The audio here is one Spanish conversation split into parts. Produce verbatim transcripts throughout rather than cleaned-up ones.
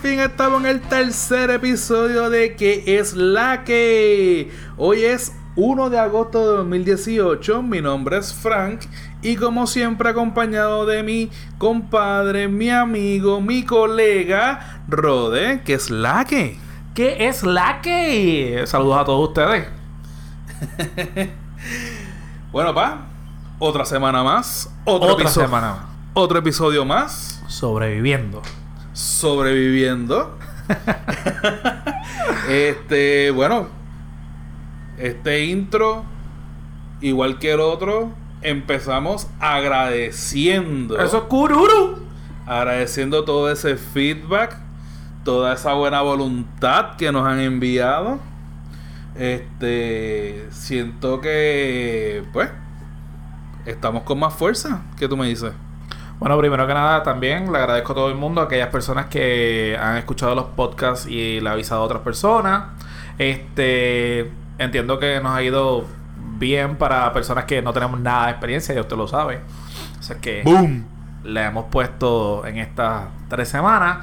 fin estamos en el tercer episodio de ¿Qué es la que? Hoy es uno de agosto de dos mil dieciocho. Mi nombre es Frank y como siempre acompañado de mi compadre, mi amigo, mi colega Rode. ¿Qué es la que? ¿Qué es la que? Saludos a todos ustedes. Bueno, pa, otra semana más. Otro Otra episodio, semana más. Otro episodio más. Sobreviviendo. Sobreviviendo. Este, bueno, este intro, igual que el otro, empezamos agradeciendo. Eso es cururu. Agradeciendo todo ese feedback, toda esa buena voluntad que nos han enviado. Este, siento que, pues, estamos con más fuerza. ¿Qué tú me dices? Bueno, primero que nada, también le agradezco a todo el mundo, a aquellas personas que han escuchado los podcasts y le ha avisado a otras personas. Este, entiendo que nos ha ido bien para personas que no tenemos nada de experiencia, ya usted lo sabe. O sea que ¡boom! le hemos puesto en estas tres semanas.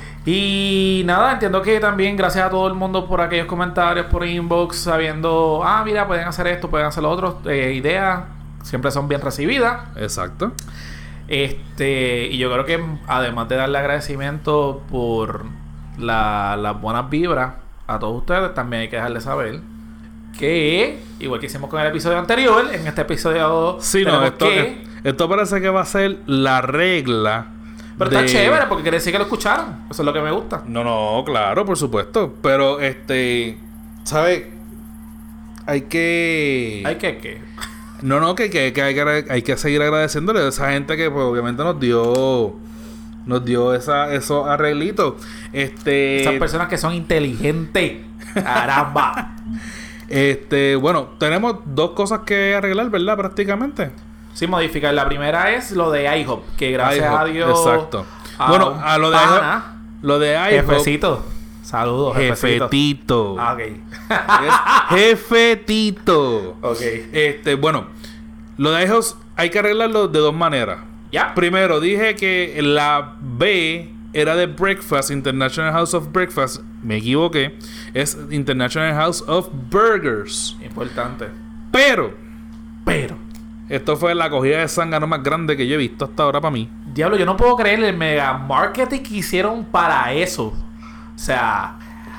Y nada, entiendo que también gracias a todo el mundo por aquellos comentarios, por inbox, sabiendo, ah, mira, pueden hacer esto, pueden hacer lo otro, eh, ideas, siempre son bien recibidas. Exacto. Este, y yo creo que además de darle agradecimiento por la, las buenas vibras a todos ustedes, también hay que dejarles saber que, igual que hicimos con el episodio anterior, en este episodio sí, no, esto, que... esto parece que va a ser la regla. Pero de... está chévere porque quiere decir que lo escucharon. Eso es lo que me gusta. No, no, claro, por supuesto. Pero, este, ¿sabes? Hay que... Hay que, ¿qué? No, no, que, que, que, hay, que hay que seguir agradeciéndole a esa gente que, pues, obviamente nos dio... Nos dio esa, esos arreglitos. Este... Esas personas que son inteligentes. Caramba. Este, bueno, tenemos dos cosas que arreglar, ¿verdad? Prácticamente. Sí, modificar. La primera es lo de IHOP, que gracias IHOP, a Dios... Exacto. A bueno, a lo de IHOP, lo de IHOP... Jefecito. Saludos, jefecito. Jefetito. Ah, ok. Es jefetito. Ok. Este, bueno, lo de IHOP hay que arreglarlo de dos maneras. Ya. Primero, dije que la B era de Breakfast, International House of Breakfast. Me equivoqué. Es International House of Burgers. Importante. Pero, Pero... esto fue la cogida de zángano más grande que yo he visto hasta ahora para mí. Diablo, yo no puedo creer el mega marketing que hicieron para eso. O sea...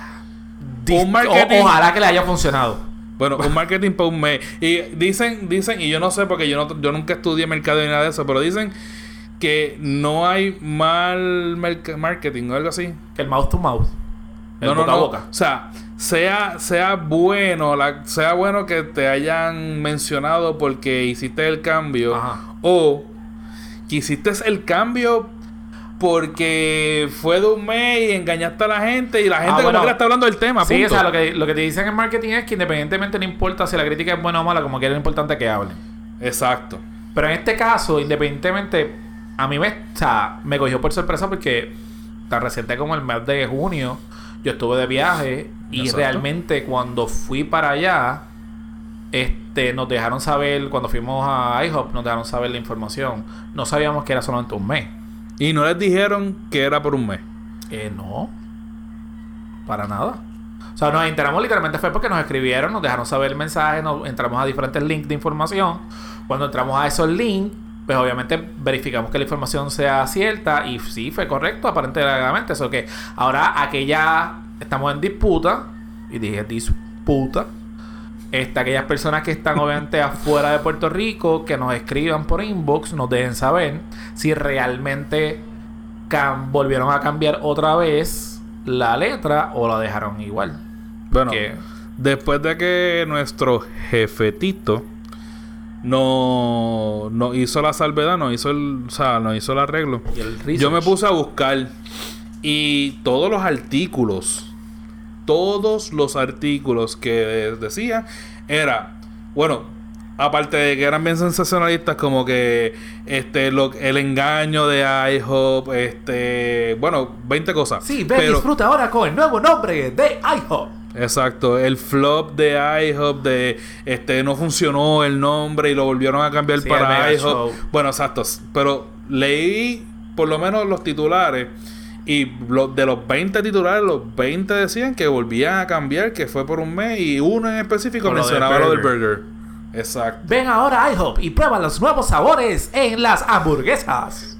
Un marketing... o, ojalá que le haya funcionado. Bueno, un marketing para un mes. Y dicen, dicen, y yo no sé porque yo no yo nunca estudié mercado ni nada de eso, pero dicen que no hay mal merc- marketing o algo así. Que el mouth to mouth. El No, no, boca no. a boca. O sea, sea, sea bueno, la, sea bueno que te hayan mencionado porque hiciste el cambio. Ajá. O que hiciste el cambio porque fue de un mes y engañaste a la gente y la gente Ah, como bueno. que está hablando del tema. Sí, punto. o sea, lo que, lo que te dicen en marketing es que independientemente no importa si la crítica es buena o mala, como quiera, es importante que hablen. Exacto. Pero en este caso, independientemente, a mí me, o sea, me cogió por sorpresa porque tan reciente como el mes de junio, yo estuve de viaje y Exacto. realmente cuando fui para allá, este, nos dejaron saber, cuando fuimos a IHOP, nos dejaron saber la información. No sabíamos que era solamente un mes. Y no les dijeron que era por un mes. Eh, no. Para nada. O sea, nos enteramos literalmente fue porque nos escribieron, nos dejaron saber el mensaje, nos entramos a diferentes links de información. Cuando entramos a esos links, pues obviamente verificamos que la información sea cierta y sí, fue correcto, aparentemente. Eso que ahora aquella estamos en disputa, y dije disputa. Este, aquellas personas que están obviamente afuera de Puerto Rico, que nos escriban por inbox, nos dejen saber si realmente cam- volvieron a cambiar otra vez la letra o la dejaron igual. Bueno, Que- después de que nuestro jefetito no, no hizo la salvedad, no hizo el, o sea, no hizo el arreglo. Y el research. Yo me puse a buscar y todos los artículos, todos los artículos que decía era, bueno, aparte de que eran bien sensacionalistas, como que este lo, el engaño de IHOP, este, bueno, veinte cosas. Sí, ve, pero, disfruta ahora con el nuevo nombre de IHOP. exacto, el flop de IHOP de este no funcionó el nombre y lo volvieron a cambiar Sí, para el mega IHOP. show. Bueno, exacto, pero leí por lo menos los titulares Y lo, de los veinte titulares, los veinte decían que volvían a cambiar, que fue por un mes, y uno en específico Con lo mencionaba del lo del burger. Exacto. Ven ahora a IHOP y prueba los nuevos sabores en las hamburguesas.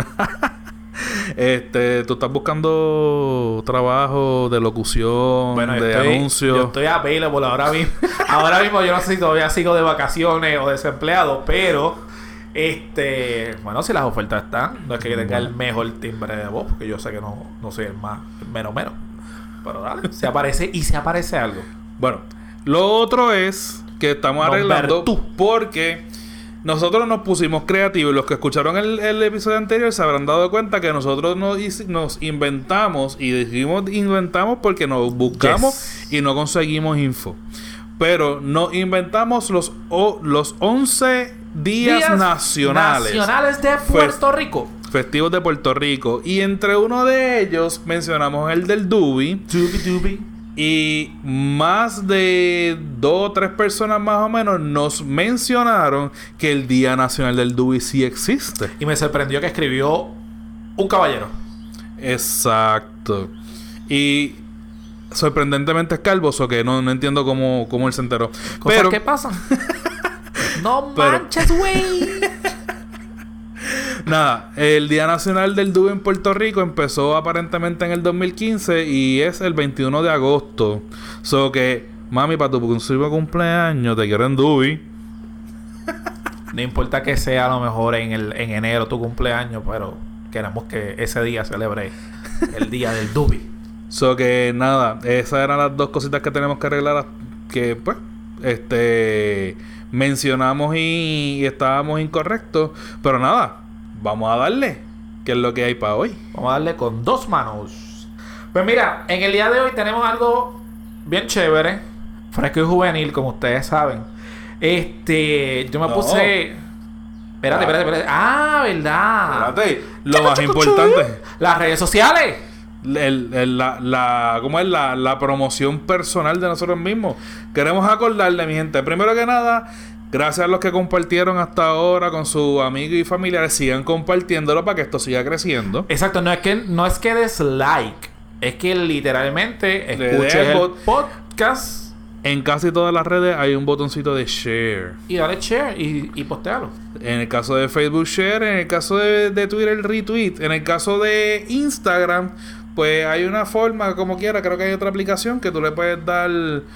Este, tú estás buscando trabajo de locución, Bueno, de estoy, anuncio. Yo estoy available ahora mismo. Ahora mismo yo no sé si todavía sigo de vacaciones o desempleado, pero este, bueno, si las ofertas están, no es que yo tenga el mejor timbre de voz, porque yo sé que no, no soy el más menos menos. Pero dale, se aparece y se aparece algo. Bueno, lo otro es que estamos Nombre arreglando tú. porque nosotros nos pusimos creativos. Los que escucharon el, el episodio anterior se habrán dado cuenta que nosotros nos, hici- nos inventamos, y dijimos inventamos porque nos buscamos Yes. y no conseguimos info. Pero nos inventamos los, o, los once días, Días nacionales, nacionales de Puerto Rico. festivos de Puerto Rico. Y entre uno de ellos mencionamos el del Dubi. Dubi dubi. Y más de dos o tres personas más o menos nos mencionaron que el Día Nacional del Dubi sí existe. Y me sorprendió que escribió un caballero. Exacto. Y sorprendentemente es calvo, so que no, no entiendo cómo, cómo él se enteró. Cosas Pero que pasan. No Pero- manches, güey. nada, el Día Nacional del Dubi en Puerto Rico empezó aparentemente en el dos mil quince y es el veintiuno de agosto. So que, mami, para tu próximo cumpleaños te quiero en Dubi. No importa que sea a lo mejor en el en enero tu cumpleaños, pero queremos que ese día celebre el día del Dubi. So que nada, esas eran las dos cositas que tenemos que arreglar, que pues este mencionamos y, y estábamos incorrectos, pero nada, vamos a darle, que es lo que hay para hoy. Vamos a darle con dos manos. Pues mira, en el día de hoy tenemos algo bien chévere, fresco y juvenil, como ustedes saben. Este, yo me No. puse. Espérate, espérate, espérate. Ah, ¿verdad? Espérate, lo más importante, Las redes sociales. el, el- la, la, ¿cómo es? La, la promoción personal de nosotros mismos. Queremos acordarle, mi gente, primero que nada, gracias a los que compartieron hasta ahora con sus amigos y familiares, sigan compartiéndolo para que esto siga creciendo. Exacto, no es que no es que des like, es que literalmente Le escuches des el bot- podcast En casi todas las redes hay un botoncito de share. y dale share y, y postealo. En el caso de Facebook, share. En el caso de, de Twitter, retweet. En el caso de Instagram, pues hay una forma, como quiera. Creo que hay otra aplicación que tú le puedes dar.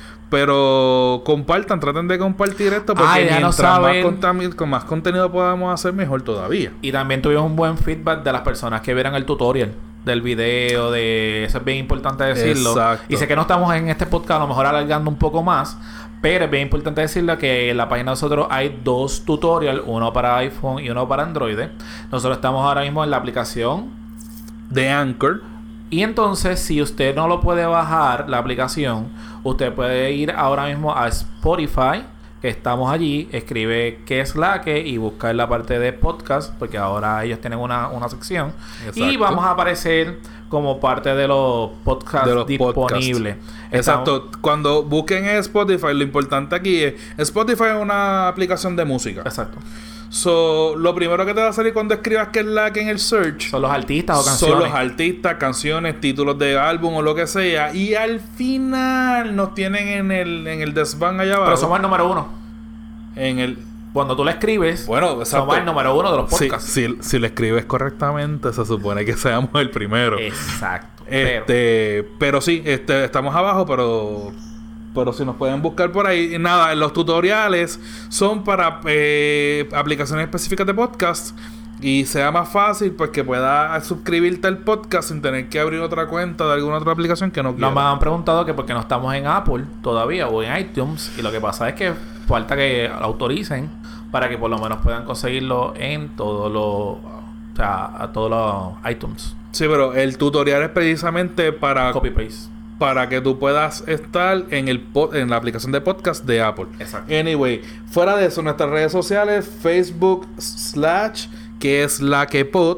Pero compartan, traten de compartir esto. Porque Ay, ya no mientras más, saben. contami- con más contenido podamos hacer, mejor todavía. Y también tuvimos un buen feedback de las personas que vieron el tutorial del video, de eso es bien importante decirlo. Exacto. Y sé que no estamos en este podcast a lo mejor alargando un poco más, pero es bien importante decirlo que en la página de nosotros hay dos tutorials, uno para iPhone y uno para Android. Nosotros estamos ahora mismo en la aplicación. De Anchor. Y entonces, si usted no lo puede bajar, la aplicación, usted puede ir ahora mismo a Spotify, que estamos allí, escribe qué es la que y buscar la parte de podcast, porque ahora ellos tienen una, una sección. Exacto. Y vamos a aparecer como parte de los podcasts De los disponibles. podcasts. Exacto. Cuando busquen en Spotify, lo importante aquí es... Spotify es una aplicación de música. Exacto. So, lo primero que te va a salir cuando escribas que es la que en el search Son los artistas o son canciones. los artistas, canciones, títulos de álbum o lo que sea. Y al final nos tienen en el, en el desván allá abajo. Pero somos el número uno. En el... Cuando tú le escribes, Bueno, exacto. somos el número uno de los Si, podcasts. si, si lo escribes correctamente, se supone que seamos el primero. Exacto. Pero, Este, pero sí, este, estamos abajo, pero pero si nos pueden buscar por ahí, nada, los tutoriales son para eh, aplicaciones específicas de podcast y sea más fácil pues que puedas suscribirte al podcast sin tener que abrir otra cuenta de alguna otra aplicación que no nos quieras. han preguntado que por qué no estamos en Apple todavía o en iTunes. Y lo que pasa es que falta que lo autoricen para que por lo menos puedan conseguirlo en todos los, o sea, a todos los iTunes. Sí, pero el tutorial es precisamente para Copy paste. para que tú puedas estar en el pod- en la aplicación de podcast de Apple. Exacto. Anyway, fuera de eso, nuestras redes sociales, Facebook slash que es la que pod,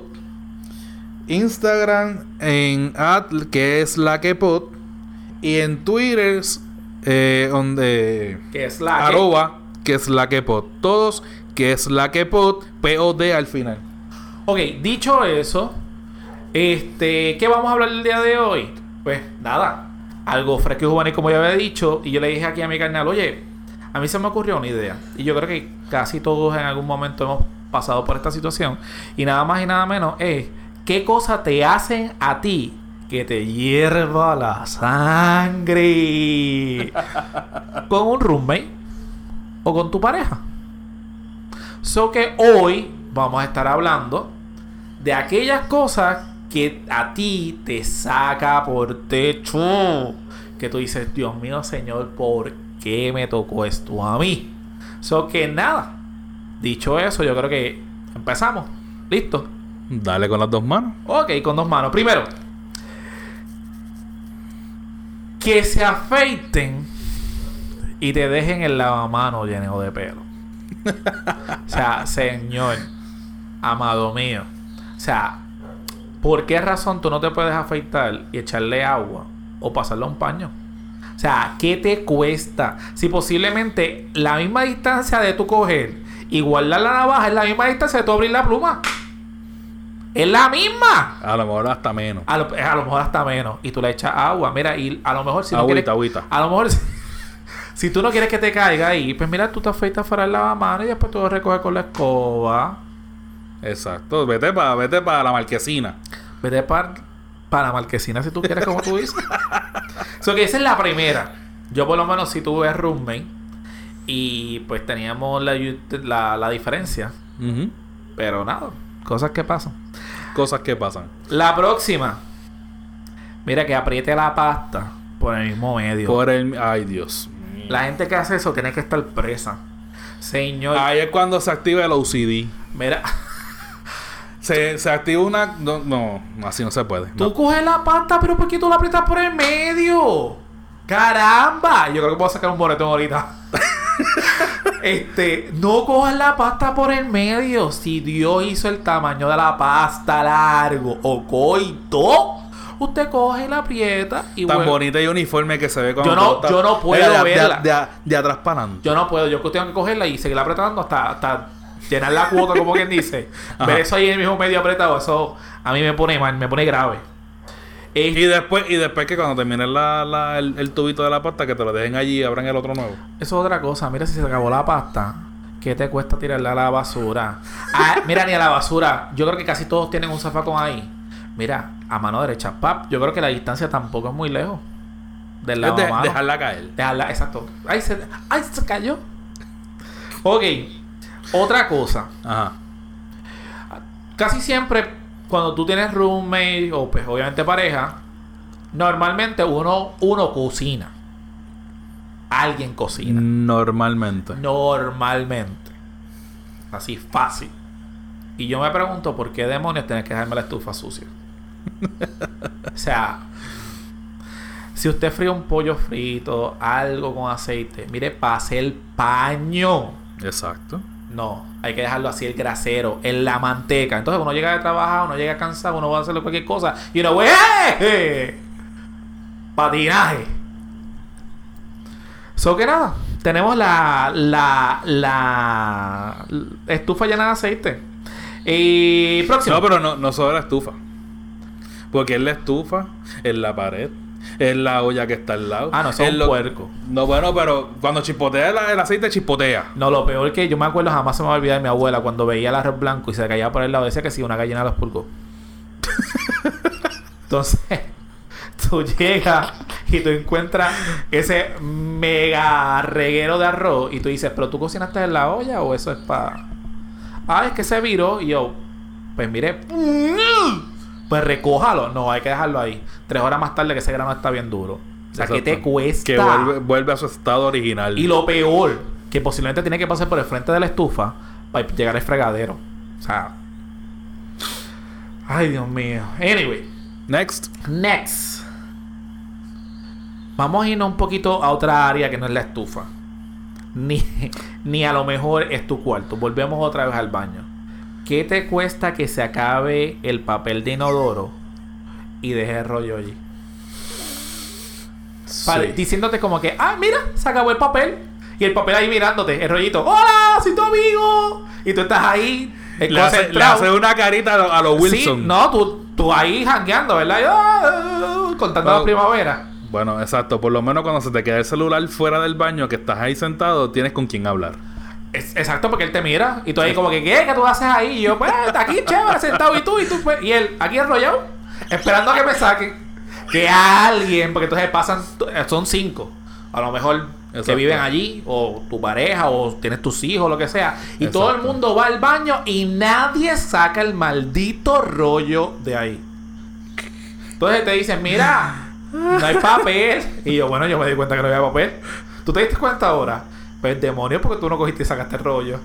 Instagram en at que es la que pod, y en Twitter eh, donde Que es la que- arroba que es la que pod, todos que es la que pod, P O D al final. Ok, dicho eso, Este, ¿qué vamos a hablar el día de hoy? Pues nada, algo fresco y juvenil como ya había dicho. Y yo le dije aquí a mi carnal, oye, a mí se me ocurrió una idea. Y yo creo que casi todos en algún momento hemos pasado por esta situación. Y nada más y nada menos es, ¿qué cosas te hacen a ti que te hierva la sangre? ¿Con un roommate o con tu pareja? So que hoy vamos a estar hablando de aquellas cosas que a ti te saca por techo. Que tú dices, Dios mío, Señor, ¿por qué me tocó esto a mí? So que nada. Dicho eso, yo creo que empezamos. ¿Listo? Dale con las dos manos. Ok, con dos manos. Primero, que se afeiten y te dejen el lavamanos lleno de pelo. O sea, Señor, amado mío. O sea, ¿por qué razón tú no te puedes afeitar y echarle agua o pasarle un paño? O sea, ¿qué te cuesta? Si posiblemente la misma distancia de tu coger y guardar la navaja es la misma distancia de tu abrir la pluma. ¡Es la misma! A lo mejor hasta menos. A lo, a lo mejor hasta menos. Y tú le echas agua. Mira, y a lo mejor si no agüita, quieres... agüita. A lo mejor... Si tú no quieres que te caiga ahí, pues mira, tú te afeitas fuera del lavamanos y después tú lo recoges con la escoba. Exacto. Vete para vete pa la marquesina. Vete para pa la marquesina si tú quieres, como tú dices. So que esa es la primera. Yo por lo menos si tuve roommate y pues teníamos la, la, la diferencia. Uh-huh. Pero nada, cosas que pasan. Cosas que pasan. La próxima. Mira, que apriete la pasta por el mismo medio. Por el... Ay, Dios. La gente que hace eso tiene que estar presa. Señor. Ahí es cuando se activa el O C D. Mira. Se, se activa una... No, no, así no se puede. Tú No. coges la pasta, pero ¿por qué tú la aprietas por el medio? ¡Caramba! Yo creo que puedo sacar un boleto ahorita. Este, no cojas la pasta por el medio. Si Dios hizo el tamaño de la pasta largo o coito, usted coge y la aprieta y Tan vuelve. bonita y uniforme que se ve cuando Yo no- tú estás- yo no puedo Mira, de, verla. De, de, de atrás para adelante. Yo no puedo, yo tengo que cogerla y seguir apretando hasta, hasta llenar la cuota, como quien dice. Ver eso ahí en el mismo medio apretado, eso a mí me pone mal, me pone grave. Es- Y después, y después que cuando termines la, la, el, el tubito de la pasta, que te lo dejen allí y abran el otro nuevo. Eso es otra cosa. Mira, si se acabó la pasta, ¿qué te cuesta tirarla a la basura? Ah, mira, ni a la basura. Yo creo que casi todos tienen un zafacón ahí. Mira, a mano derecha, pap. Yo creo que la distancia tampoco es muy lejos del Es de, lavamanos. dejarla caer. Dejarla, exacto. Ay, se, ay, se cayó. Ok. Otra cosa. Ajá. Casi siempre, cuando tú tienes roommate o pues obviamente pareja, normalmente uno, uno cocina. Alguien cocina. Normalmente. Normalmente. Así fácil. Y yo me pregunto por qué demonios tienes que dejarme la estufa sucia. O sea, si usted fríe un pollo frito, algo con aceite, mire, pase el paño. Exacto. No, hay que dejarlo así, el grasero, en la manteca. Entonces uno llega de trabajar, uno llega cansado, uno va a hacerle cualquier cosa y uno, ¡eh! Patinaje. So que nada, tenemos la, la, la estufa llena de aceite. Y próximo. No, pero no, no solo la estufa. Porque es la estufa, es la pared, es la olla que está al lado. Ah, no, eso es un lo- puerco. No, bueno, pero cuando chispotea el, el aceite, chispotea. No, lo peor que yo me acuerdo, jamás se me va a olvidar de mi abuela cuando veía el arroz blanco y se caía por el lado, decía que sí, una gallina los pulgó. Entonces, tú llegas y tú encuentras ese mega reguero de arroz y tú dices, ¿pero tú cocinaste en la olla o eso es para...? Ah, es que se viró y yo, pues mire, pues recójalo. No, hay que dejarlo ahí. Tres horas más tarde que ese grano está bien duro. O sea, ¿qué te Exacto. cuesta? Que vuelve, vuelve a su estado original. Y lo peor, que posiblemente tiene que pasar por el frente de la estufa para llegar al fregadero. O sea... Ay, Dios mío. Anyway. Next. Next. Vamos a irnos un poquito a otra área que no es la estufa. Ni, ni a lo mejor es tu cuarto. Volvemos otra vez al baño. ¿Qué te cuesta que se acabe el papel de inodoro y deje el rollo allí? Sí. Vale, diciéndote como que, ah, mira, se acabó el papel. Y el papel ahí mirándote, el rollito, hola, soy tu amigo. Y tú estás ahí, Le hace, le hace una carita a los lo Wilson. Sí, no, tú, tú ahí jangueando, ¿verdad? Y, ah, contando Pero, la primavera. Bueno, exacto. Por lo menos cuando se te queda el celular fuera del baño, que estás ahí sentado, tienes con quién hablar. Es, exacto, porque él te mira y tú ahí como que, ¿qué? ¿Qué tú haces ahí? Y yo, pues, aquí chévere, sentado y tú, y tú, pues, y él, aquí enrollado, esperando a que me saquen. Que alguien, porque entonces pasan, son cinco, a lo mejor Exacto. que viven allí, o tu pareja, o tienes tus hijos, lo que sea, y Exacto. todo el mundo va al baño y nadie saca el maldito rollo de ahí. Entonces te dicen, mira, no hay papel. Y yo, bueno, yo me di cuenta que no había papel. ¿Tú te diste cuenta ahora? Pues demonio, porque tú no cogiste y sacaste el rollo.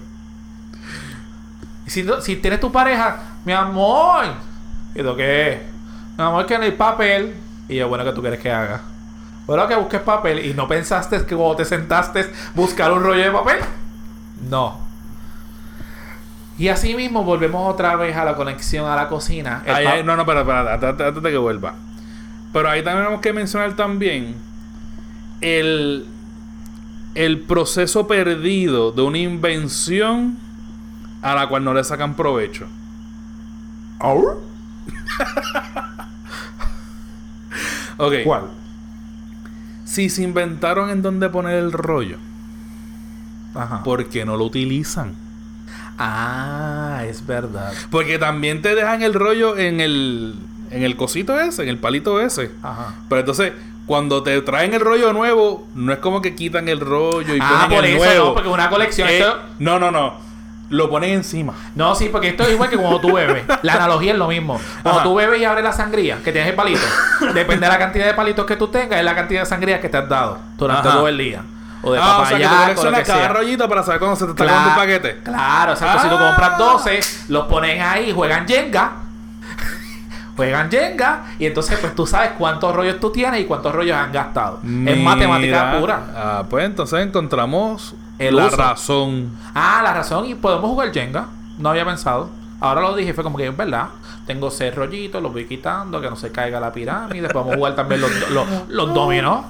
Y si, no, si tienes tu pareja, mi amor, ¿y tú qué? Mi amor, que no hay papel. Y yo, bueno, ¿qué tú quieres que haga? Bueno, que busques papel. ¿Y no pensaste que cuando te sentaste buscar un rollo de papel? No. Y así mismo volvemos otra vez a la conexión a la cocina. Ay, ay, no, no, espera, espera, antes, antes de que vuelva. Pero ahí también tenemos que mencionar también el, el proceso perdido de una invención a la cual no le sacan provecho. ¿Aur? Ok. ¿Cuál? Si se inventaron en dónde poner el rollo, Ajá. ¿por qué no lo utilizan? Ah, es verdad. Porque también te dejan el rollo en el, en el cosito ese, en el palito ese. Ajá. Pero entonces, cuando te traen el rollo nuevo, no es como que quitan el rollo y Ah, ponen por el eso nuevo. no, porque una colección. Eh, esto... No, no, no. Lo ponen encima. No, sí, porque esto es igual que cuando tú bebes. La analogía es lo mismo. Cuando Ajá. tú bebes y abres la sangría, que tienes el palito, depende de la cantidad de palitos que tú tengas, es la cantidad de sangría que te has dado durante Ajá. todo el día. O de Ah, o sea, que tú papaya, o lo coleccionas que cada sea. rollito para saber cuándo se te está Claro, acabando tu paquete. Claro, exacto. Ah. Si tú compras doce, los ponen ahí, juegan Jenga. Juegan Jenga. Y entonces, pues tú sabes cuántos rollos tú tienes y cuántos rollos han gastado. Mira. Es matemática pura. Ah, pues entonces encontramos El la uso. razón. Ah, la razón. Y podemos jugar Jenga. No había pensado. Ahora lo dije, fue como que es verdad. Tengo seis rollitos, los voy quitando, que no se caiga la pirámide. Podemos jugar también los, los, los dominó.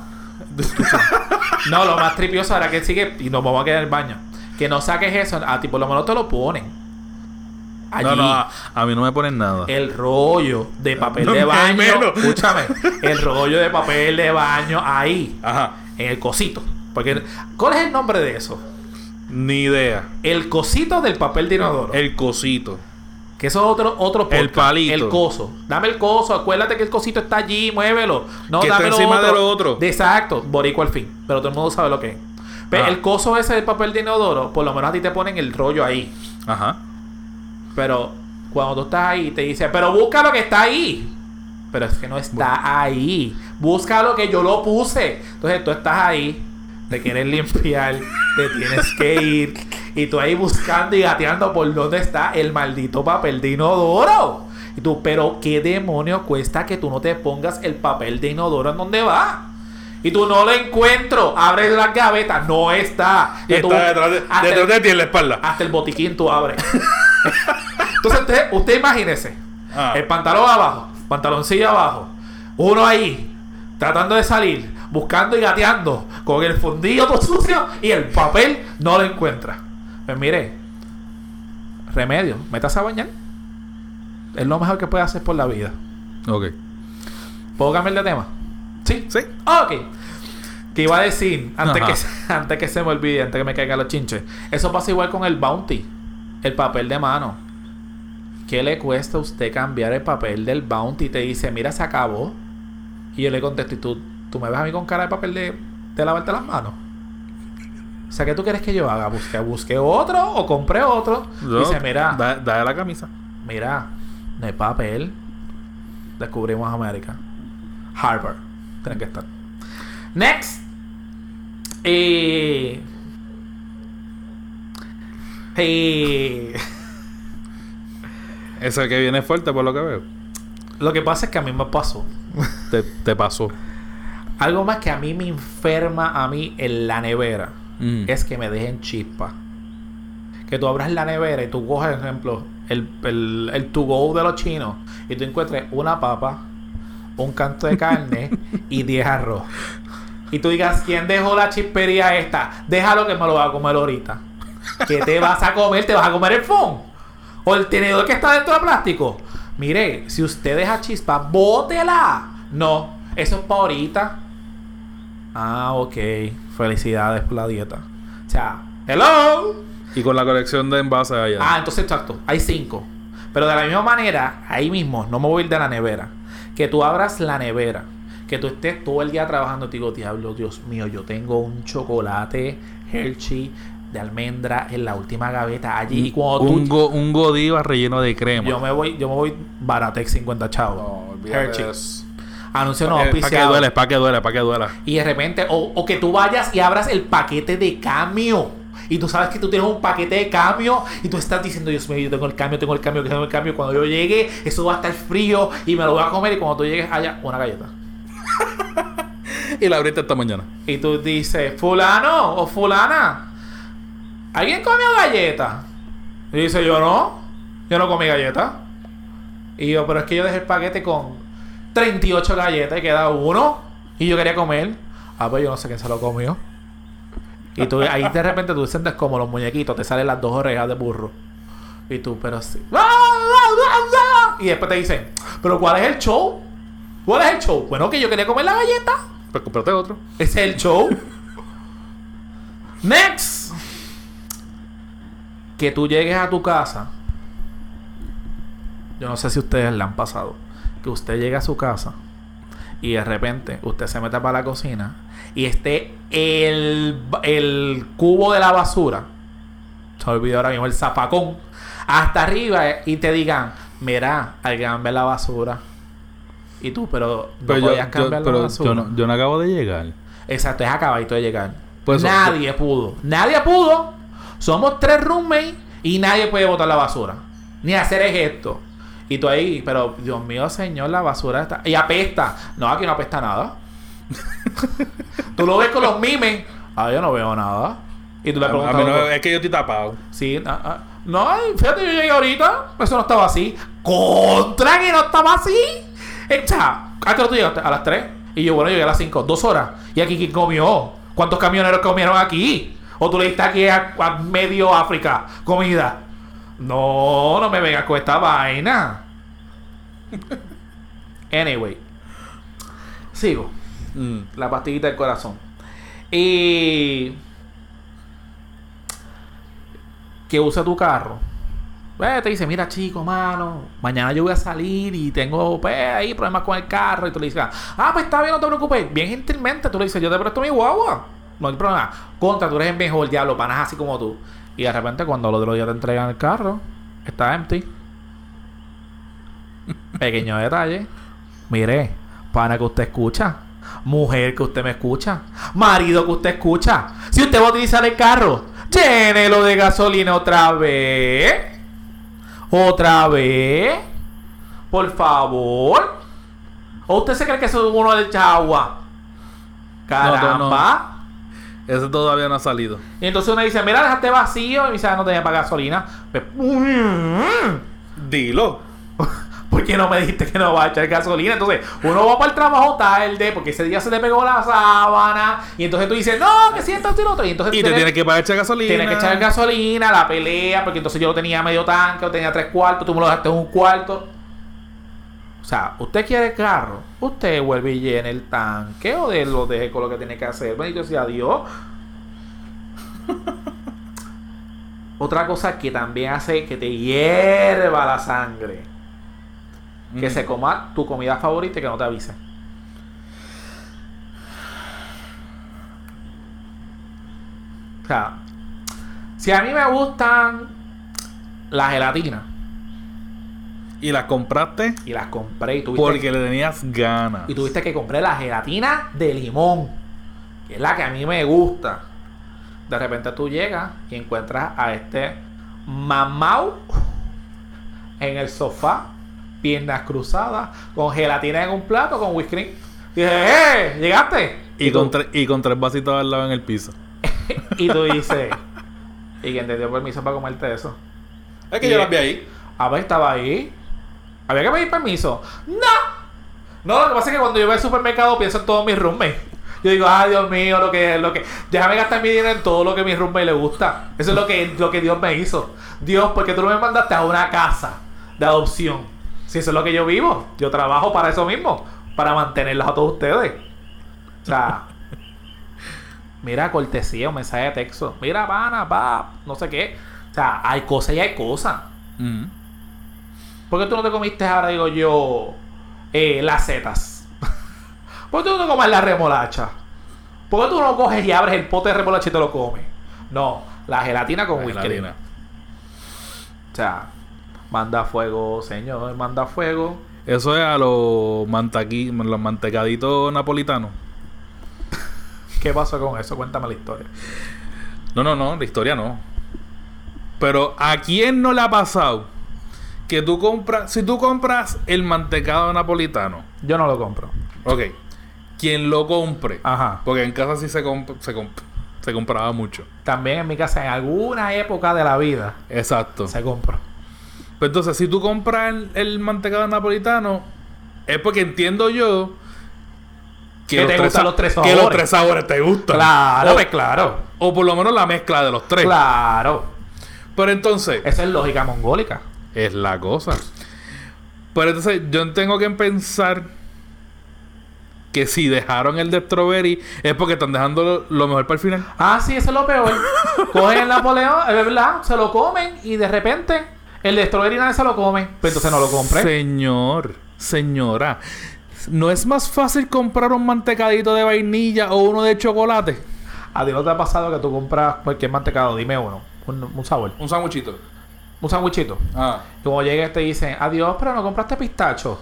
No, lo más tripioso era que sigue y nos vamos a quedar en el baño. Que no saques eso. A ti por lo menos te lo ponen. Allí. No, no, a, a mí no me ponen nada. El rollo de papel No, de ni baño. menos. Escúchame. El rollo de papel de baño ahí. Ajá. En el cosito. Porque, ¿cuál es el nombre de eso? Ni idea. El cosito del papel de inodoro. El cosito. Que eso es otro, otro podcast. El palito. El coso. Dame el coso. Acuérdate que el cosito está allí. Muévelo. No, Que está dame lo encima otro. de lo otro. Exacto. Boricua al fin. Pero todo el mundo sabe lo que es. Pero Ajá. el coso ese del papel de inodoro, por lo menos a ti te ponen el rollo ahí. Ajá. Pero cuando tú estás ahí, te dice, pero busca lo que está ahí. Pero es que no está ahí. Busca lo que yo lo puse. Entonces tú estás ahí, te quieres limpiar, te tienes que ir. Y tú ahí buscando y gateando por dónde está el maldito papel de inodoro. Y tú, pero ¿qué demonio cuesta que tú no te pongas el papel de inodoro en donde va? Y tú no lo encuentro. Abres la gaveta, no está. Y tú- está detrás de, hasta detrás el- de ti en la espalda. hasta el botiquín tú abres. Entonces usted, usted imagínese Ah. el pantalón abajo, pantaloncillo abajo, uno ahí tratando de salir, buscando y gateando con el fundillo todo sucio y el papel no lo encuentra. Pues mire, remedio, métase a bañar. Es lo mejor que puede hacer por la vida. Ok. ¿Puedo cambiar de tema? Sí. Sí. Ok. Que iba a decir, antes Ajá. que, antes que se me olvide, antes que me caigan los chinches. Eso pasa igual con el Bounty. El papel de mano. ¿Qué le cuesta a usted cambiar el papel del Bounty? Y te dice, mira, se acabó. Y yo le contesto, ¿y tú, tú me ves a mí con cara de papel de, de lavarte las manos? O sea, ¿qué tú quieres que yo haga? ¿Busque, busque otro o compré otro? No, Dice, mira, da, da la camisa. mira, no hay papel. Descubrimos América. Harvard. Tienen que estar. Next. Eh... Eh... Ese que viene fuerte por lo que veo. Lo que pasa es que a mí me pasó. Te, te pasó. Algo más que a mí me enferma a mí en la nevera Mm. es que me dejen chispa. Que tú abras la nevera y tú coges, por ejemplo, el, el, el to go de los chinos y tú encuentres una papa, un canto de carne y diez arroz. Y tú digas, ¿quién dejó la chispería esta? Déjalo que me lo va a comer ahorita. ¿Qué te vas a comer? ¿Te vas a comer el phone? ¿O el tenedor que está dentro de plástico? Mire, si usted deja chispa, bótela. No, eso es para ahorita. Ah, ok. Felicidades por la dieta. O sea, hello. Y con la colección de envases allá. Ah, entonces exacto. Hay cinco. Pero de la misma manera, ahí mismo, no me voy a ir de la nevera. Que tú abras la nevera. Que tú estés todo el día trabajando y te digo, diablo, Dios mío, yo tengo un chocolate Hershey de almendra en la última gaveta allí. Y cuando un, tú, go, un Godiva relleno de crema. Yo me voy, yo me voy Baratex cincuenta chavos. No, olvídate de eso. Anuncio no Para que auspiciado. duele, para que duele, para que duela. Y de repente, o, o que tú vayas y abras el paquete de cambio. Y tú sabes que tú tienes un paquete de cambio. Y tú estás diciendo, Dios mío, yo tengo el cambio, tengo el cambio, tengo el cambio. Cuando yo llegue, eso va a estar frío y me lo voy a comer. Y cuando tú llegues allá, una galleta. Y la abriste esta mañana. Y tú dices, fulano o fulana, ¿alguien comió galleta? Y dice, yo no. Yo no comí galleta. Y yo, pero es que yo dejé el paquete con treinta y ocho galletas y queda uno. Y yo quería comer. Ah, pues yo no sé quién se lo comió. Y tú ahí de repente tú sientes como los muñequitos, te salen las dos orejas de burro. Y tú, pero sí. Y después te dicen, ¿pero cuál es el show? ¿Cuál es el show? Bueno, que yo quería comer la galleta. Pues cómprate otro. Ese es el show. Next. Que tú llegues a tu casa. Yo no sé si ustedes le han pasado. Que usted llegue a su casa y de repente usted se meta para la cocina y esté el, el cubo de la basura, se me olvidó ahora mismo, el zapacón, hasta arriba y te digan, mira, hay que cambiar la basura. Y tú, pero no pero podías yo, cambiar yo, pero la basura. Yo no, yo no acabo de llegar. Exacto, es acabadito de llegar. Pues nadie eso, pudo. Nadie pudo. Somos tres roommates y nadie puede botar la basura. Ni hacer el gesto. Y tú ahí, pero Dios mío, señor, la basura está... Y apesta. No, aquí no apesta nada. Tú lo ves con los mimes. Ah, yo no veo nada. Y tú le preguntas... A mí no, es que yo estoy tapado. Sí, ah, ah. No, fíjate, yo llegué ahorita. Eso no estaba así. ¡Contra que no estaba así! Eh, o sea, ¿a qué hora tú llegaste? A las tres. Y yo, bueno, llegué a las cinco. Dos horas. ¿Y aquí quién comió? ¿Cuántos camioneros comieron aquí? ¿O tú le diste aquí a, a medio África comida? No, no me vengas con esta vaina. Anyway. Sigo. Mm. La pastillita del corazón. Y... que usa tu carro. Eh, te dice, mira chico, mano, mañana yo voy a salir y tengo pues, ahí problemas con el carro. Y tú le dices, ah, pues está bien, no te preocupes. Bien gentilmente tú le dices, yo te presto mi guagua. No hay problema. Contra, tú eres el mejor diablo, panas así como tú. Y de repente cuando los otro día te entregan el carro, está empty. Pequeño detalle. Mire, pana que usted escucha. Mujer que usted me escucha. Marido que usted escucha. Si usted va a utilizar el carro, llénelo de gasolina otra vez. Otra vez. Por favor. ¿O usted se cree que eso es uno del agua? Caramba. No, no, no. Ese todavía no ha salido. Y entonces uno dice, mira, déjate vacío. Y me dice, ah, no tenía para gasolina. Pues, dilo. ¿por qué no me dijiste que no va a echar gasolina? Entonces, uno va para el trabajo tarde porque ese día se te pegó la sábana. Y entonces tú dices, no, que siento el otro. Y entonces Y te tienes que pagar echar gasolina. Tienes que echar gasolina, la pelea, porque entonces yo lo tenía medio tanque, o tenía tres cuartos, tú me lo dejaste en un cuarto. O sea, usted quiere carro, usted vuelve y llena el tanque o de lo deje con lo que tiene que hacer. Bendito sea Dios. Otra cosa que también hace que te hierva la sangre. Mm. Que se coma tu comida favorita y que no te avise. O sea, si a mí me gustan las gelatinas. Y las compraste. Y las compré y tuviste porque que, le tenías ganas. Y tuviste que comprar la gelatina de limón, que es la que a mí me gusta. De repente tú llegas y encuentras a este mamau en el sofá, piernas cruzadas, con gelatina en un plato, con whipped cream. Y dije, ¡eh! ¿Llegaste? Y, y con, tú, tre- y con tres vasitos al lado en el piso. y tú dices, ¿y quién te dio permiso para comerte eso? Es que y yo las vi ahí. A ver, estaba ahí. ¿Había que pedir permiso? ¡No! No, lo que pasa es que cuando yo voy al supermercado pienso en todos mis roommates. Yo digo, ay Dios mío, lo que, lo que, déjame gastar mi dinero en todo lo que a mi roommate le gusta. Eso es lo que, lo que Dios me hizo. Dios, porque tú no me mandaste a una casa de adopción. Si eso es lo que yo vivo. Yo trabajo para eso mismo. Para mantenerlos a todos ustedes. O sea... Mira, cortesía, un mensaje de texto. Mira, pana, pa, no sé qué. O sea, hay cosas y hay cosas. Mm. ¿Por qué tú no te comiste ahora, digo yo, eh, las setas? ¿Por qué tú no te comes la remolacha? ¿Por qué tú no coges y abres el pote de remolacha y te lo comes? No, la gelatina con La whisky. gelatina. O sea, manda fuego, señor, manda fuego. Eso es a los mantaqui, los mantecaditos napolitanos. ¿Qué pasó con eso? Cuéntame la historia. No, no, no, la historia no. Pero ¿a quién no le ha pasado que tú compras, si tú compras el mantecado napolitano? Yo no lo compro. Ok, quien lo compre. Ajá. Porque en casa sí se, comp se, comp se compraba mucho. También en mi casa, en alguna época de la vida, Exacto. se compró. Pues entonces, si tú compras el, el mantecado napolitano, es porque entiendo yo que, Que los, te tres, gustan los tres que sabores. los tres sabores te gustan. Claro, O, pues claro. o por lo menos la mezcla de los tres. Claro. Pero entonces, Esa es lógica mongólica. es la cosa. Pero entonces, yo tengo que pensar que si dejaron el de strawberry es porque están dejando lo, lo mejor para el final. Ah, sí, eso es lo peor. Cogen el Napoleón, es verdad, se lo comen y de repente el de strawberry nadie se lo come. Pues entonces no lo compré. Señor, señora, ¿no es más fácil comprar un mantecadito de vainilla o uno de chocolate? ¿A ti no te ha pasado que tú compras cualquier mantecado? Dime uno. Un, un sabor. Un sándwichito. Un sandwichito. Ah. Y como llegues te dicen, adiós, pero no compraste pistacho.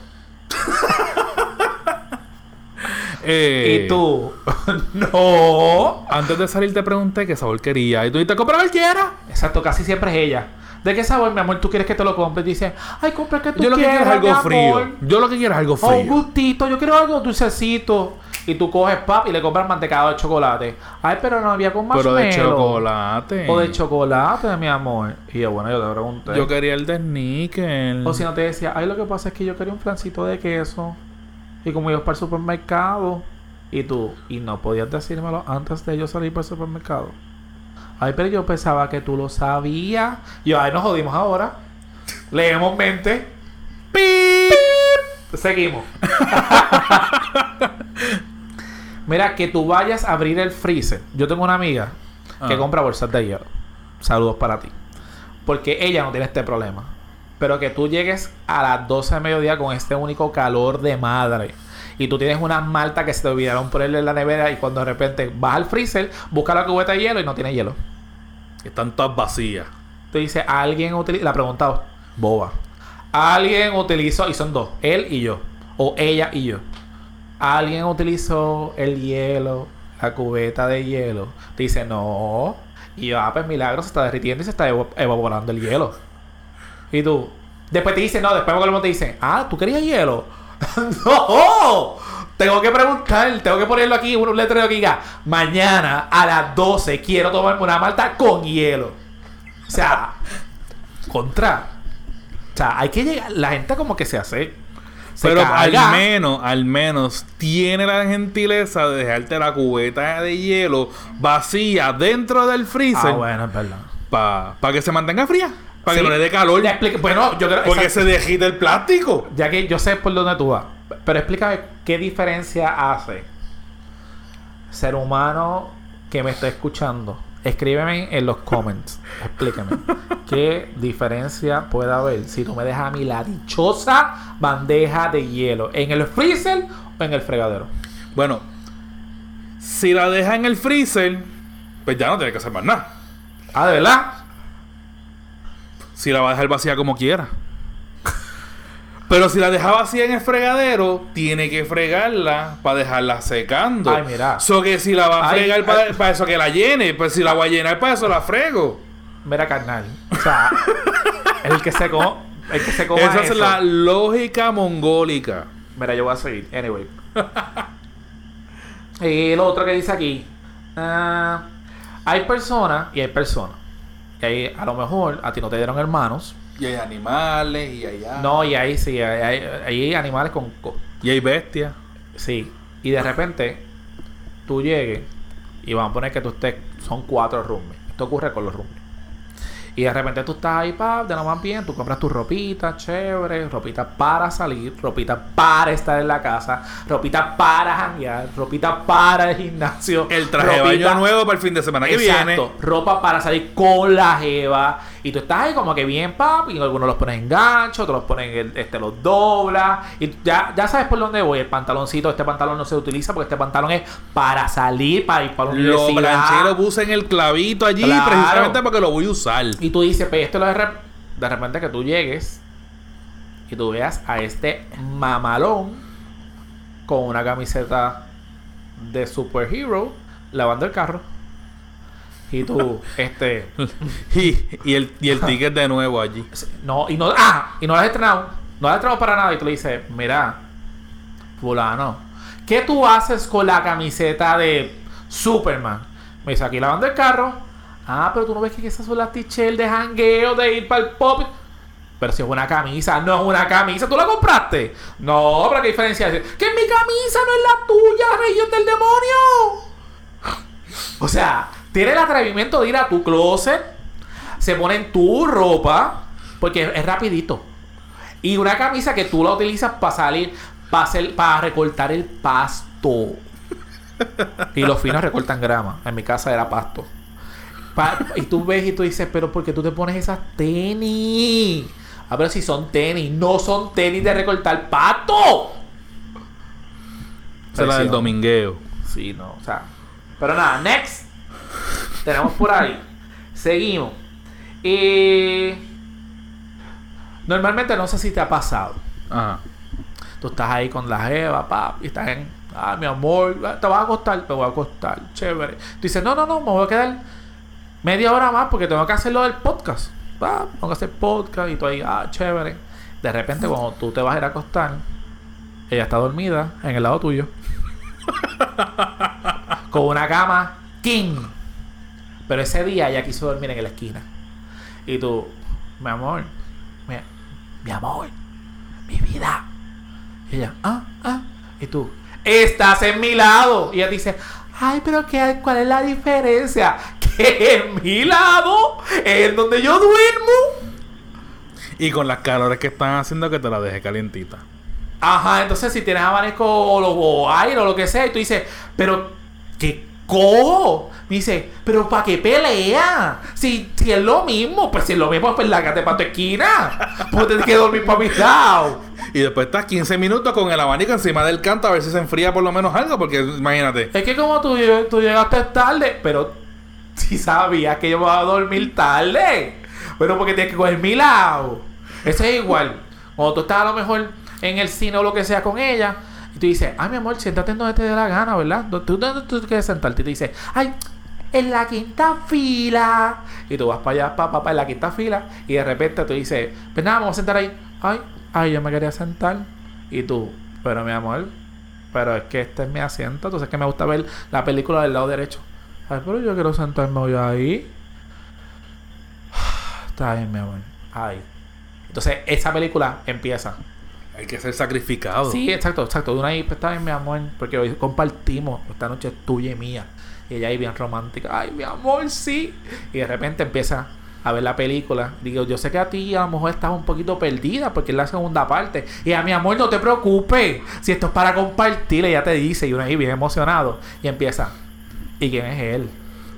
Eh, Y tú, no. Antes de salir te pregunté qué sabor quería. Y tú dijiste, compra cualquiera. Exacto, casi siempre es ella. ¿De qué sabor, mi amor, tú quieres que te lo compre? Y dice, ay, compra el que tú Yo lo que quieras, quiero es mi algo frío. amor. Yo lo que quiero es algo O un frío. gustito, yo quiero algo dulcecito. Y tú coges pap y le compras mantecado de chocolate. Ay, pero no había con Pero marshmallow. de chocolate. O de chocolate, mi amor. Y yo, bueno, yo te pregunté. Yo quería el de níquel. O si no te decía, ay, lo que pasa es que yo quería un flancito de queso. Y como ibas para el supermercado. Y tú, y no podías decírmelo antes de yo salir para el supermercado. Ay, pero yo pensaba que tú lo sabías. Y yo, ay, nos jodimos ahora. Leemos mente. ¡Pip! Seguimos. Mira, que tú vayas a abrir el freezer. Yo tengo una amiga que Ah. compra bolsas de hielo. Saludos para ti. Porque ella no tiene este problema. Pero que tú llegues a las doce de mediodía con este único calor de madre. Y tú tienes unas maltas que se te olvidaron ponerle en la nevera. Y cuando de repente vas al freezer, busca la cubeta de hielo y no tiene hielo. Están todas vacías. Tú dices, alguien utiliza... La pregunta boba. Alguien utilizó... Y son dos. Él y yo. O ella y yo. Alguien utilizó el hielo. La cubeta de hielo. Te dice, no. Y yo, ah, pues milagro, se está derritiendo y se está ev- evaporando el hielo. Y tú... Después te dice, no. Después Pokémon te dice, ah, ¿tú querías hielo? ¡No! Tengo que preguntar. Tengo que ponerlo aquí. Un letrero que diga, mañana a las doce quiero tomarme una malta con hielo. O sea... Contra. O sea, hay que llegar... La gente como que se hace... Se Pero carga. al menos, al menos, tiene la gentileza de dejarte la cubeta de hielo vacía dentro del freezer. Ah, bueno, es verdad. Para pa que se mantenga fría. Para Sí. que no le dé calor. Ya explica- Bueno, yo creo... Porque exacto. se dejita el plástico. Ya que yo sé por dónde tú vas. Pero explícame qué diferencia hace ser humano que me está escuchando. Escríbeme en los comments. Explícame. ¿Qué diferencia puede haber si tú me dejas a mí la dichosa bandeja de hielo en el freezer o en el fregadero? Bueno, si la deja en el freezer, pues ya no tiene que hacer más nada. Ah, ¿de verdad? Si la va a dejar vacía como quiera. Pero si la deja vacía en el fregadero, tiene que fregarla para dejarla secando. Ay, mira. So que si la va a Ay, fregar ay. para eso que la llene, pues si la voy a llenar para eso la frego. Mira, carnal. O sea, el que se co el que se coma Esa eso. es la lógica mongólica. Mira, yo voy a seguir. Anyway. Y lo otro que dice aquí. ah, hay personas y hay personas. Y ahí, a lo mejor, a ti no te dieron hermanos. Y hay animales, y hay aves. No, y ahí sí, hay, hay, hay animales con, con... Y hay bestias. Sí. Y de repente, tú llegues y vamos a poner que tú estés... Son cuatro roomies. Esto ocurre con los roomies. Y de repente tú estás ahí, pap, de lo más bien, tú compras tu ropita, chévere, ropita para salir, ropita para estar en la casa, ropita para janguear, ropita para el gimnasio. El traje de baño nuevo para el fin de semana que exacto, viene. Ropa para salir con la jeva. Y tú estás ahí como que bien, pap, y algunos los pones en gancho, otros los ponen, este, los dobla. Y ya, ya sabes por dónde voy. El pantaloncito, este pantalón no se utiliza porque este pantalón es para salir, para ir para la Lo universidad. planché y lo puse en el clavito allí, Claro. precisamente porque lo voy a usar. Y tú dices, pues esto lo de, rep- de repente que tú llegues y tú veas a este mamalón con una camiseta de superhero lavando el carro. Y tú, este... y, y el, y el ticket de nuevo allí. No, y no... ¡Ah! Y no lo has estrenado. No lo has estrenado para nada. Y tú le dices, mira, fulano, ¿qué tú haces con la camiseta de Superman? Me dice, aquí lavando el carro. Ah, pero tú no ves que esas son las t-shirts de jangueo, de ir para el pop. Pero si es una camisa, no es una camisa. ¿Tú la compraste? No, pero qué diferencia es. Que mi camisa no es la tuya, región del demonio. O sea, tiene el atrevimiento de ir a tu closet, se pone en tu ropa, porque es rapidito. Y una camisa que tú la utilizas para salir, para hacer, para recortar el pasto. Y los finos recortan grama. En mi casa era pasto. Pa- y tú ves y tú dices, pero ¿por qué tú te pones esas tenis? A ver si son tenis. No son tenis de recortar pasto. Esa es la del domingueo. Sí, no, o sea. Pero nada, next. Tenemos por ahí. Seguimos. Y normalmente no sé si te ha pasado. Ajá. Tú estás ahí con la jeva, pap, y estás en, ah, mi amor, te vas a acostar, me voy a acostar, chévere. Tú dices, no, no, no, me voy a quedar media hora más porque tengo que hacer lo del podcast. Pap, tengo que hacer podcast y tú ahí, ah, chévere. De repente, cuando tú te vas a ir a acostar, ella está dormida en el lado tuyo. Con una cama king. Pero ese día ella quiso dormir en la esquina. Y tú, mi amor, mi, mi amor, mi vida. Y ella, ah, ah. Y tú, estás en mi lado. Y ella dice, ay, pero ¿qué, ¿cuál es la diferencia? Que en mi lado es donde yo duermo. Y con las calores que están haciendo que te la deje calientita. Ajá, entonces si tienes abanico o, lo, o aire o lo que sea, y tú dices, pero ¿qué cojo? Me dice, pero ¿para qué pelea? Si, si es lo mismo, pues si es lo mismo, pues lárgate para tu esquina. Pues tienes que dormir para mi lado. Y después estás quince minutos con el abanico encima del canto a ver si se enfría por lo menos algo, porque imagínate. Es que como tú, tú llegaste tarde, pero si sabías que yo me iba a dormir tarde. Pero porque tienes que coger mi lado. Eso es igual. Cuando tú estás a lo mejor en el cine o lo que sea con ella, y tú dices, ay, mi amor, siéntate en donde te dé la gana, ¿verdad? ¿Tú dónde tú quieres sentarte? Y te dice, ay, en la quinta fila. Y tú vas para allá, papá, pa, pa, en la quinta fila. Y de repente tú dices, pues nada, vamos a sentar ahí. Ay, ay, yo me quería sentar. Y tú, pero mi amor, pero es que este es mi asiento. Entonces es que me gusta ver la película del lado derecho. Ay, pero yo quiero sentarme hoy ahí. Está bien, mi amor. Ay. Entonces esa película empieza. Hay que ser sacrificado. Sí, exacto, exacto. De una ahí, pues, está bien, mi amor, porque hoy compartimos, esta noche es tuya y mía. Y ella ahí bien romántica, ay, mi amor, sí. Y de repente empieza a ver la película. Digo, yo sé que a ti a lo mejor estás un poquito perdida porque es la segunda parte. Y a mi amor, no te preocupes. Si esto es para compartir, ella te dice. Y uno ahí bien emocionado. Y empieza, ¿y quién es él?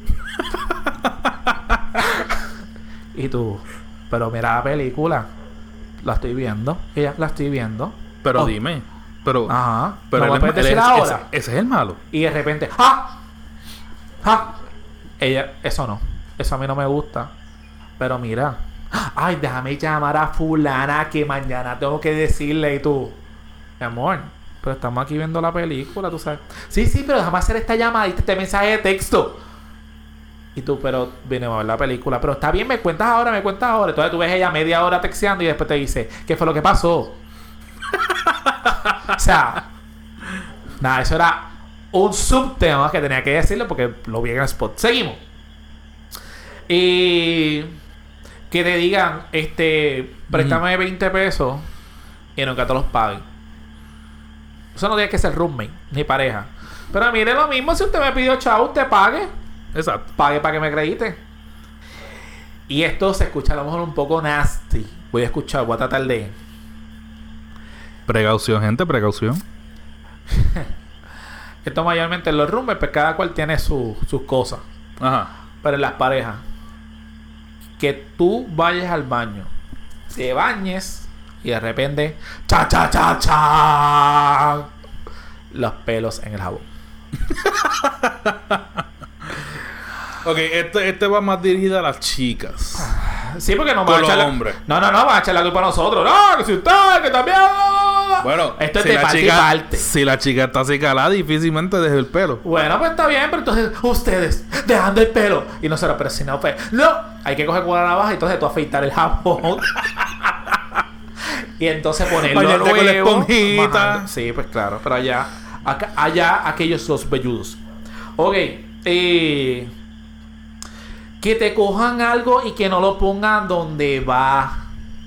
Y tú, pero mira la película. La estoy viendo. Ella, la estoy viendo. Pero oh. dime. Pero, Ajá. pero ¿No él me es- puedes él decir es- ahora? Ese, ese es el malo. Y de repente, ¡ah! ¡ah! Ella, eso no. Eso a mí no me gusta. Pero mira, ay, déjame llamar a fulana que mañana tengo que decirle. Y tú, mi amor, pero estamos aquí viendo la película, tú sabes. Sí, sí, pero déjame hacer esta llamadita, este mensaje de texto. Y tú, pero vinimos a ver la película. Pero está bien, me cuentas ahora, me cuentas ahora. Entonces tú ves ella media hora texteando y después te dice, ¿qué fue lo que pasó? O sea, nada, eso era un subtema que tenía que decirle porque lo vi en el spot. Seguimos. Y que te digan, este, préstame veinte pesos y nunca te los paguen. Eso no tiene que ser roommate ni pareja. Pero mire lo mismo, si usted me pidió chavo, usted pague. Exacto. Pague para que me acredite. Y esto se escucha a lo mejor un poco nasty. Voy a escuchar, voy a tratar de... Precaución, gente, precaución. Esto mayormente en los roommates, pues cada cual tiene su, sus cosas. Ajá. Pero en las parejas, que tú vayas al baño, te bañes y de repente, cha cha cha cha, los pelos en el jabón. Ok, este, este va más dirigido a las chicas. Sí, porque no Con van a los echar la... hombres. No, no, no, van a echar la culpa a nosotros. No, que si usted, que también. Bueno, esto es si de la parte y chica, parte. Si la chica está así calada, difícilmente deje el pelo. Bueno, pues está bien, pero entonces ustedes dejando el pelo. Y nosotros, pero si no, pues no. Hay que coger con la navaja y entonces tú afeitar el jabón. Y entonces ponerlo Bañarte nuevo. con la esponjita. Majando. Sí, pues claro, pero allá, acá, allá aquellos los velludos. Ok, eh, que te cojan algo y que no lo pongan donde va.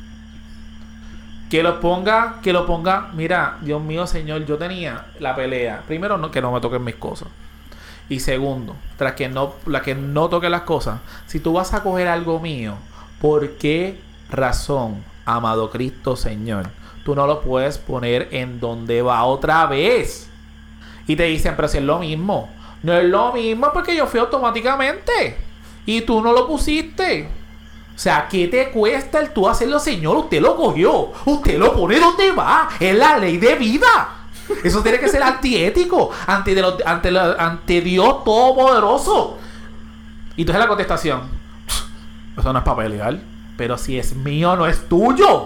Que lo ponga, que lo ponga. Mira, Dios mío, señor, yo tenía la pelea. Primero, no, que no me toquen mis cosas. Y segundo, tras que no, la que no toque las cosas. Si tú vas a coger algo mío, ¿por qué razón, amado Cristo, Señor, tú no lo puedes poner en donde va otra vez? Y te dicen, pero si es lo mismo. No es lo mismo porque yo fui automáticamente. Y tú no lo pusiste. O sea, ¿qué te cuesta el tú hacerlo, señor? Usted lo cogió. Usted lo pone donde va. Es la ley de vida. Eso tiene que ser antiético. Ante, de los, ante, la, ante Dios Todopoderoso. Y entonces la contestación. Eso no es para pelear. Pero si es mío, no es tuyo.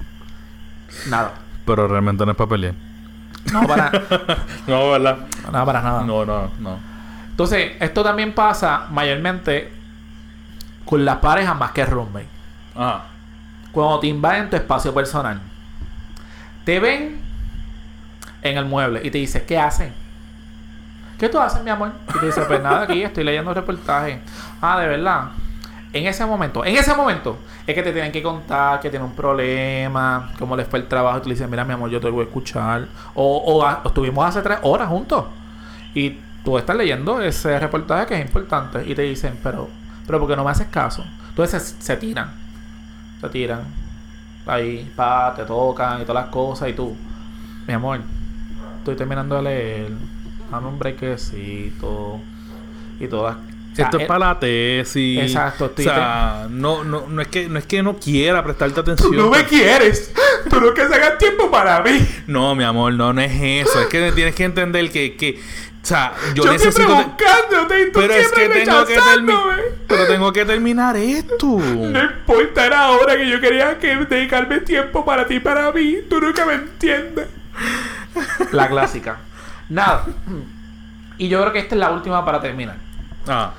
Nada. Pero realmente no es para pelear. No, para No, ¿verdad? nada. Para nada. No, no, no. Entonces, esto también pasa mayormente con las parejas más que roommate. Ajá. Cuando te invaden tu espacio personal, te ven en el mueble y te dicen, ¿qué hacen? ¿Qué tú haces, mi amor? Y te dice, pues nada, aquí estoy leyendo un reportaje. Ah, de verdad. En ese momento, en ese momento, es que te tienen que contar que tienen un problema, cómo les fue el trabajo. Y tú le dices, mira, mi amor, yo te voy a escuchar. O, o, o estuvimos hace tres horas juntos. Y tú estás leyendo ese reportaje que es importante. Y te dicen, pero, pero ¿por qué no me haces caso? Entonces se, se tiran. Se tiran. Ahí, pa, te tocan y todas las cosas. Y tú, mi amor, estoy terminando de leer. Dame un brequecito. Y todas. O sea, Esto es el, para la tesis. Exacto. O sea, no, no, no, es que, no es que no quiera prestarte atención. Tú no me quieres. Tú no quieres sacar tiempo para mí. No, mi amor, no, no es eso. Es que tienes que entender que, que o sea, yo, yo necesito... siempre buscándote y tú pero es que tengo que terminar... Pero tengo que terminar esto. No importa, era ahora que yo quería que dedicarme tiempo para ti y para mí. Tú nunca me entiendes. La clásica. Nada. Y yo creo que esta es la última para terminar. Ah.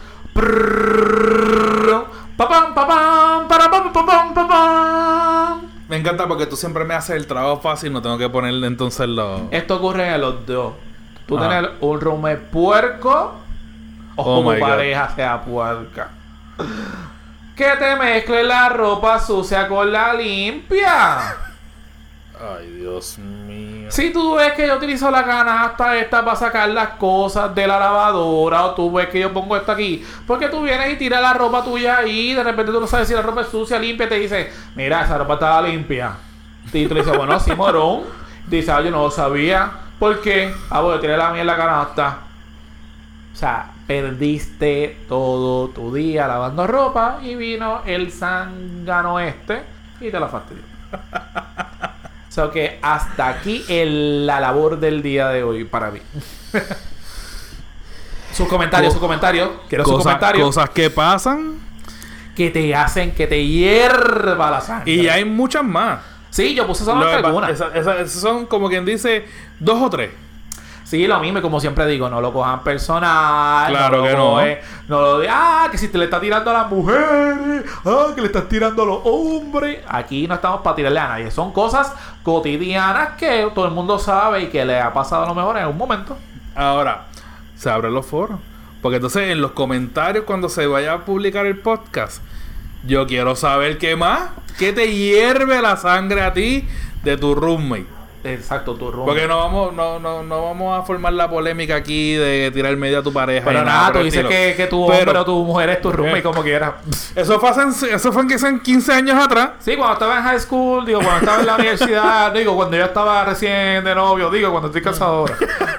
Papam, papam, para pam, pam, pam. Me encanta porque tú siempre me haces el trabajo fácil. No tengo que ponerle entonces los... Esto ocurre en los dos. Tú Ah. tienes un roommate puerco o Oh como my God. pareja sea puerca. Que te mezcle la ropa sucia con la limpia. Ay, Dios mío. Si tú ves que yo utilizo la canasta esta para sacar las cosas de la lavadora, o tú ves que yo pongo esto aquí, porque tú vienes y tiras la ropa tuya ahí, y de repente tú no sabes si la ropa es sucia, limpia, y te dice, mira, esa ropa estaba limpia. Y tú le dices, bueno, sí, morón. Y te dice, ah, yo no lo sabía. ¿Por qué? Ah, bueno, tiré la mía en la canasta. O sea, perdiste todo tu día lavando ropa y vino el zángano este y te la fastidió. O sea que hasta aquí el, la labor del día de hoy para mí. Sus comentarios, Co- sus comentarios. Quiero sus Cosa- comentarios. Cosas que pasan. Que te hacen que te hierva la sangre. Y hay muchas más. Sí, yo puse Lo solamente que pa- algunas. esa- esa- esas son como quien dice dos o tres. Sí, lo mismo, y como siempre digo, no lo cojan personal. Claro no lo que no. coge- No lo de, ah, que si te le estás tirando a las mujeres, ah, que le estás tirando a los hombres. Aquí no estamos para tirarle a nadie. Son cosas cotidianas que todo el mundo sabe y que le ha pasado a lo mejor en un momento. Ahora, se abren los foros. Porque entonces en los comentarios cuando se vaya a publicar el podcast, yo quiero saber qué más. ¿Qué te hierve la sangre a ti de tu roommate? Exacto, tu rumbo. Porque no vamos, no, no, no vamos a formar la polémica aquí de tirar medio a tu pareja. Pero y nada, por tú el dices estilo. que, que tu Pero- hombre o tu mujer es tu rumbo y Eh. como quieras. Eso fue hace, eso fue en que sean quince años atrás. Sí, cuando estaba en high school, digo, cuando estaba en la universidad, digo, cuando yo estaba recién de novio, digo, cuando estoy casado ahora.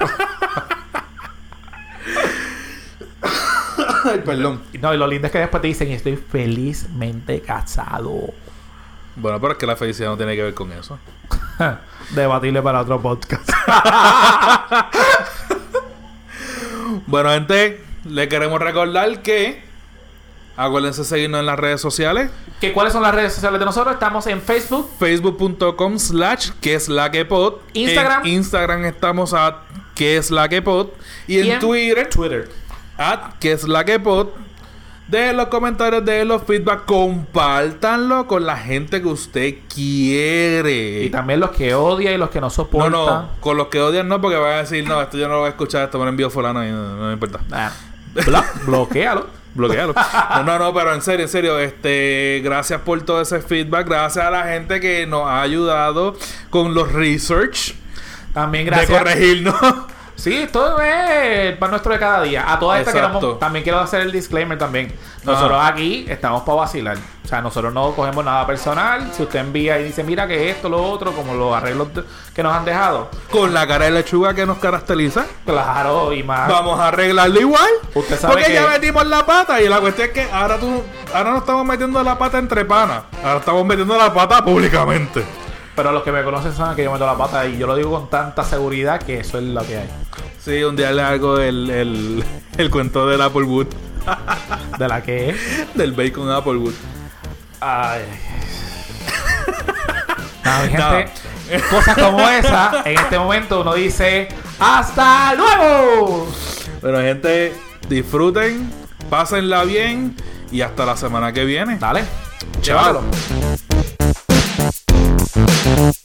Ay, perdón. No, y lo lindo es que después te dicen, estoy felizmente casado. Bueno, pero es que la felicidad no tiene que ver con eso. Debatible para otro podcast. Bueno, gente, le queremos recordar que acuérdense seguirnos en las redes sociales. ¿Que ¿Cuáles son las redes sociales de nosotros? Estamos en Facebook. Facebook.com slash que es la que pod. Instagram. En Instagram estamos a que es la que pod. Y en, Y en Twitter, Twitter. at que es la que pod. Dejen los comentarios, dejen los feedback, compártanlo con la gente que usted quiere. Y también los que odia y los que no No, soportan. no, con los que odian no, porque van a decir, no, esto yo no lo voy a escuchar, esto me lo envió fulano y no, no me importa. Ah, blo- bloquéalo. Bloquealo. No, no, no, pero en serio, en serio, este, gracias por todo ese feedback, gracias a la gente que nos ha ayudado con los research También de gracias. corregirnos. Sí, todo es el pan nuestro de cada día. A todas estas Exacto. queremos, también quiero hacer el disclaimer también. Nosotros Ajá. aquí estamos para vacilar. O sea, nosotros no cogemos nada personal. Si usted envía y dice, mira que esto, lo otro, como los arreglos de- que nos han dejado. Con la cara de lechuga que nos caracteriza, Claro, y más. vamos a arreglarlo igual. Usted sabe Porque que- ya metimos la pata y la cuestión es que ahora tú, ahora no estamos metiendo la pata entre panas, ahora estamos metiendo la pata públicamente. Pero los que me conocen saben que yo meto la pata y yo lo digo con tanta seguridad que eso es lo que hay. Sí, un día le hago el, el, el cuento del Applewood, ¿De la que es? del bacon Applewood. Ay. No, mi gente, cosas como esa, en este momento uno dice ¡hasta luego! Bueno, gente, disfruten, pásenla bien y hasta la semana que viene. Dale, Chao. llévatelo.